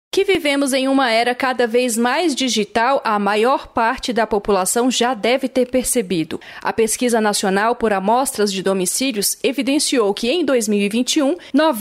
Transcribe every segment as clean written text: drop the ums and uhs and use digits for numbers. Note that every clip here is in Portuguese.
Que vivemos em uma era cada vez mais digital, a maior parte da população já deve ter percebido. A Pesquisa Nacional por Amostras de Domicílios evidenciou que em 2021,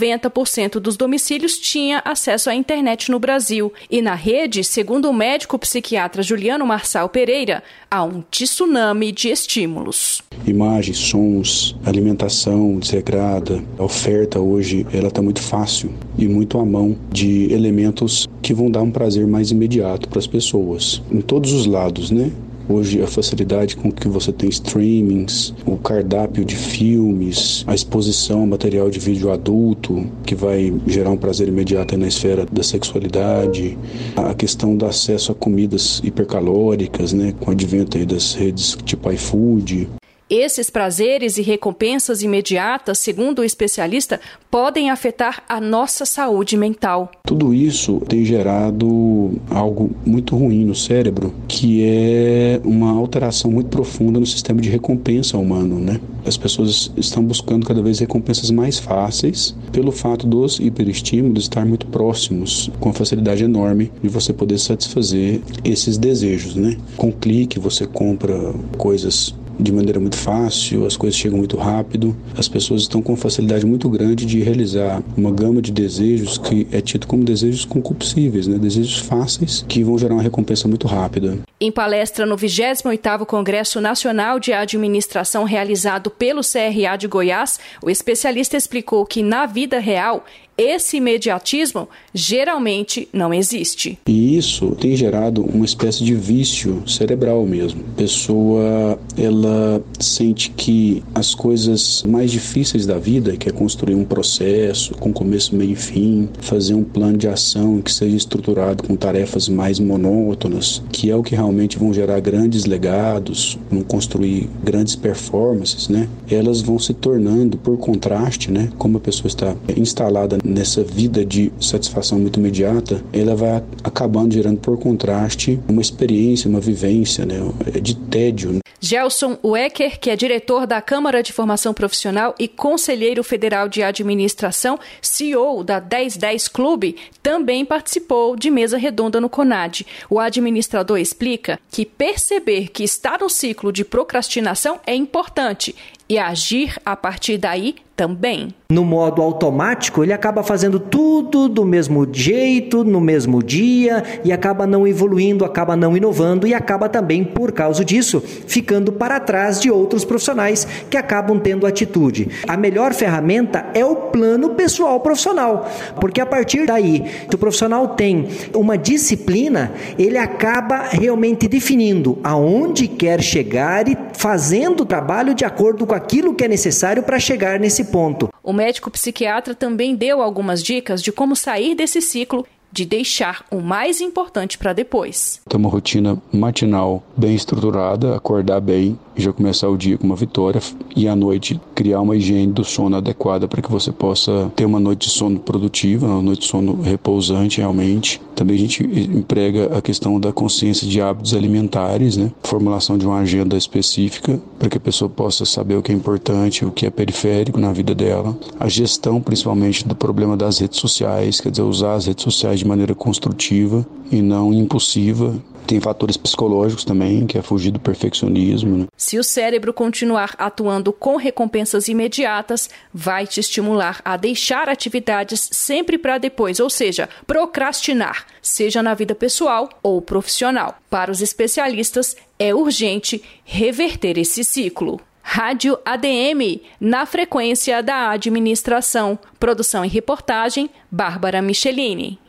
90% dos domicílios tinha acesso à internet no Brasil. E na rede, segundo o médico psiquiatra Juliano Marçal Pereira, há um tsunami de estímulos. Imagens, sons, alimentação desregrada, a oferta hoje ela está muito fácil e muito à mão de elementos que vão dar um prazer mais imediato para as pessoas, em todos os lados, né? Hoje a facilidade com que você tem streamings, o cardápio de filmes, a exposição ao material de vídeo adulto, que vai gerar um prazer imediato na esfera da sexualidade, a questão do acesso a comidas hipercalóricas, né? Com o advento aí das redes tipo iFood. Esses prazeres e recompensas imediatas, segundo o especialista, podem afetar a nossa saúde mental. Tudo isso tem gerado algo muito ruim no cérebro, que é uma alteração muito profunda no sistema de recompensa humano, né? As pessoas estão buscando cada vez recompensas mais fáceis, pelo fato dos hiperestímulos estar muito próximos, com facilidade enorme de você poder satisfazer esses desejos, né? Com clique você compra coisas de maneira muito fácil, as coisas chegam muito rápido, as pessoas estão com facilidade muito grande de realizar uma gama de desejos que é tido como desejos concupiscíveis, né? Desejos fáceis que vão gerar uma recompensa muito rápida. Em palestra no 28º Congresso Nacional de Administração realizado pelo CRA de Goiás, o especialista explicou que na vida real esse imediatismo geralmente não existe. E isso tem gerado uma espécie de vício cerebral mesmo. A pessoa, ela sente que as coisas mais difíceis da vida, que é construir um processo com começo, meio e fim, fazer um plano de ação que seja estruturado com tarefas mais monótonas, que é o que realmente vão gerar grandes legados, vão construir grandes performances, né? Elas vão se tornando, por contraste, né? Como a pessoa está instalada nessa vida de satisfação muito imediata, ela vai acabando gerando, por contraste, uma experiência, uma vivência, né, de tédio. Gelson Wecker, que é diretor da Câmara de Formação Profissional e conselheiro federal de administração, CEO da 1010 Clube, também participou de mesa redonda no CONAD. O administrador explica que perceber que está no ciclo de procrastinação é importante e agir a partir daí também. No modo automático, ele acaba fazendo tudo do mesmo jeito, no mesmo dia, e acaba não evoluindo, acaba não inovando e acaba também, por causa disso, ficando para trás de outros profissionais que acabam tendo atitude. A melhor ferramenta é o plano pessoal profissional, porque a partir daí, se o profissional tem uma disciplina, ele acaba realmente definindo aonde quer chegar e fazendo o trabalho de acordo com aquilo que é necessário para chegar nesse ponto. O médico psiquiatra também deu algumas dicas de como sair desse ciclo de deixar o mais importante para depois. Ter uma rotina matinal bem estruturada, acordar bem e já começar o dia com uma vitória, e à noite criar uma higiene do sono adequada para que você possa ter uma noite de sono produtiva, uma noite de sono repousante realmente. Também a gente emprega a questão da consciência de hábitos alimentares, né? Formulação de uma agenda específica para que a pessoa possa saber o que é importante, o que é periférico na vida dela. A gestão, principalmente, do problema das redes sociais, quer dizer, usar as redes sociais de maneira construtiva e não impulsiva. Tem fatores psicológicos também, que é fugir do perfeccionismo, né? Se o cérebro continuar atuando com recompensas imediatas, vai te estimular a deixar atividades sempre para depois, ou seja, procrastinar, seja na vida pessoal ou profissional. Para os especialistas, é urgente reverter esse ciclo. Rádio ADM, na frequência da administração. Produção e reportagem, Bárbara Michelini.